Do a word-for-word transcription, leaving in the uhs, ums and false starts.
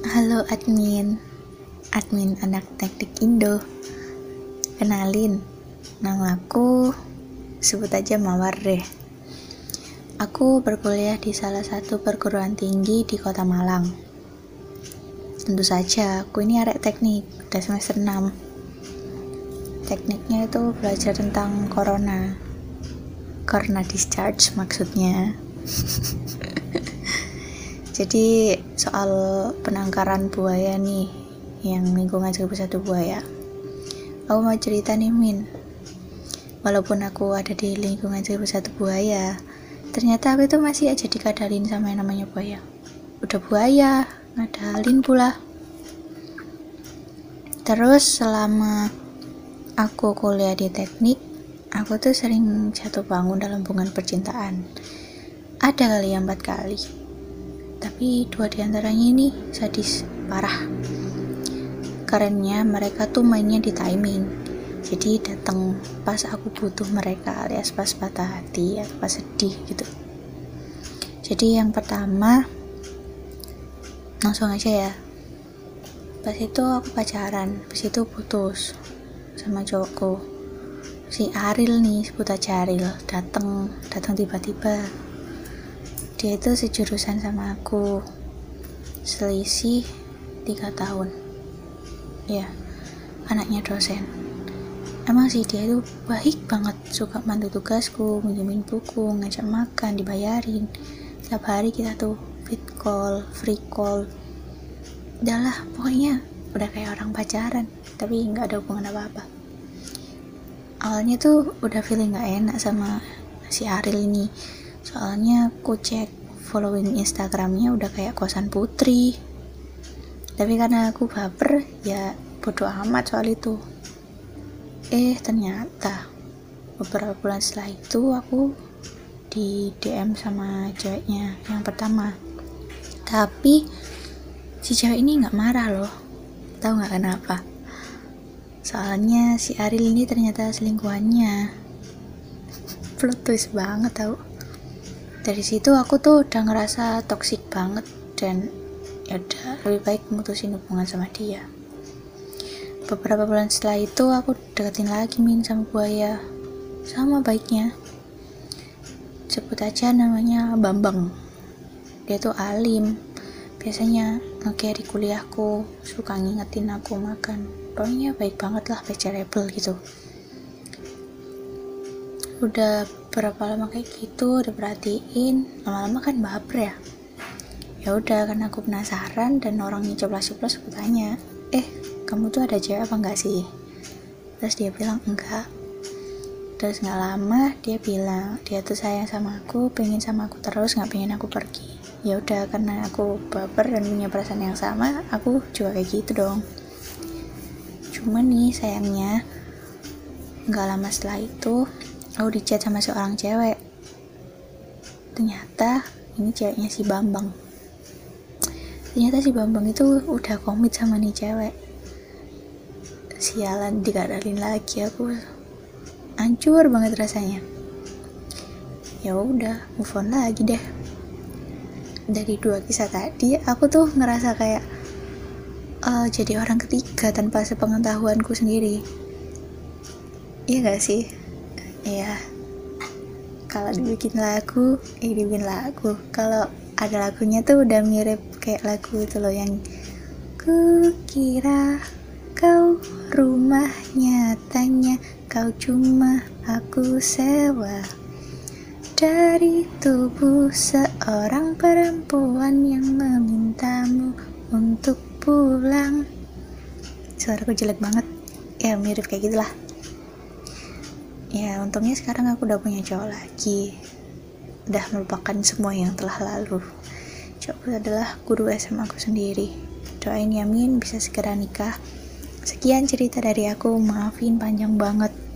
Halo admin, admin anak teknik Indo. Kenalin, namaku sebut aja Mawar deh. Aku berkuliah di salah satu perguruan tinggi di kota Malang. Tentu saja, aku ini arek teknik, udah semester enam. Tekniknya itu belajar tentang corona. Corona discharge maksudnya. Jadi soal penangkaran buaya nih, yang lingkungan seribu satu buaya, aku mau cerita nih Min. Walaupun aku ada di lingkungan seribu satu buaya, ternyata aku itu masih aja dikadalin sama yang namanya buaya. Udah buaya, ngadalin pula. Terus selama aku kuliah di teknik, aku tuh sering jatuh bangun dalam hubungan percintaan. Ada kali ya empat kali. Tapi dua diantaranya ini sadis parah. Karena mereka tuh mainnya di timing. Jadi datang pas aku butuh mereka, alias pas patah hati atau pas sedih gitu. Jadi yang pertama, langsung aja ya. Pas itu aku pacaran, pas itu putus sama cowokku. Si Aril nih, sebut aja Aril, datang, datang tiba-tiba. Dia itu sejurusan sama aku, selisih tiga tahun. Ya, anaknya dosen. Emang sih dia itu baik banget, suka bantu tugasku, minjemin buku, ngajak makan, dibayarin. Tiap hari kita tuh fit call, free call. Udah lah, pokoknya udah kayak orang pacaran, tapi nggak ada hubungan apa-apa. Awalnya tuh udah feeling nggak enak sama si Aril ini. Soalnya aku cek following Instagramnya udah kayak kosan putri. Tapi karena aku baper, ya bodo amat soal itu. Eh ternyata beberapa bulan setelah itu aku di D M sama ceweknya yang pertama. Tapi si cewek ini gak marah loh. Tahu gak kenapa? Soalnya si Aril ini ternyata selingkuhannya. Plot twist banget tau. Dari situ aku tuh udah ngerasa toksik banget dan ya udah lebih baik mutusin hubungan sama dia. Beberapa bulan setelah itu aku deketin lagi Min sama buaya, sama baiknya. Sebut aja namanya Bambang. Dia tuh alim, biasanya nge-carry kuliahku, suka ngingetin aku makan. Pokoknya baik banget lah, pacarable gitu. Udah berapa lama kayak gitu diperhatiin, lama-lama kan baper ya. Ya udah, karena aku penasaran dan orangnya ceplas-ceplos, aku tanya, eh kamu tuh ada cewek apa enggak sih? Terus dia bilang enggak. Terus nggak lama dia bilang dia tuh sayang sama aku, pengen sama aku terus, nggak pengen aku pergi. Ya udah, karena aku baper dan punya perasaan yang sama, aku juga kayak gitu dong. Cuman nih sayangnya nggak lama setelah itu aku di-chat sama seorang cewek. Ternyata ini ceweknya si Bambang. Ternyata si Bambang itu udah komit sama nih cewek. Sialan, dikadalin lagi, aku hancur banget rasanya. Ya udah, move on lagi deh. Dari dua kisah tadi, aku tuh ngerasa kayak uh, jadi orang ketiga tanpa sepengetahuanku sendiri. Iya gak sih? Iya, kalau dibikin lagu, eh dibikin lagu. Kalau ada lagunya tuh udah mirip kayak lagu itu loh yang kukira kau rumah, nyatanya kau cuma aku sewa dari tubuh seorang perempuan yang memintamu untuk pulang. Suaraku jelek banget, ya mirip kayak gitulah. Ya untungnya sekarang aku udah punya cowok lagi, udah melupakan semua yang telah lalu. Cowokku adalah guru S M A aku sendiri. Doain Yamin bisa segera nikah. Sekian cerita dari aku, maafin panjang banget.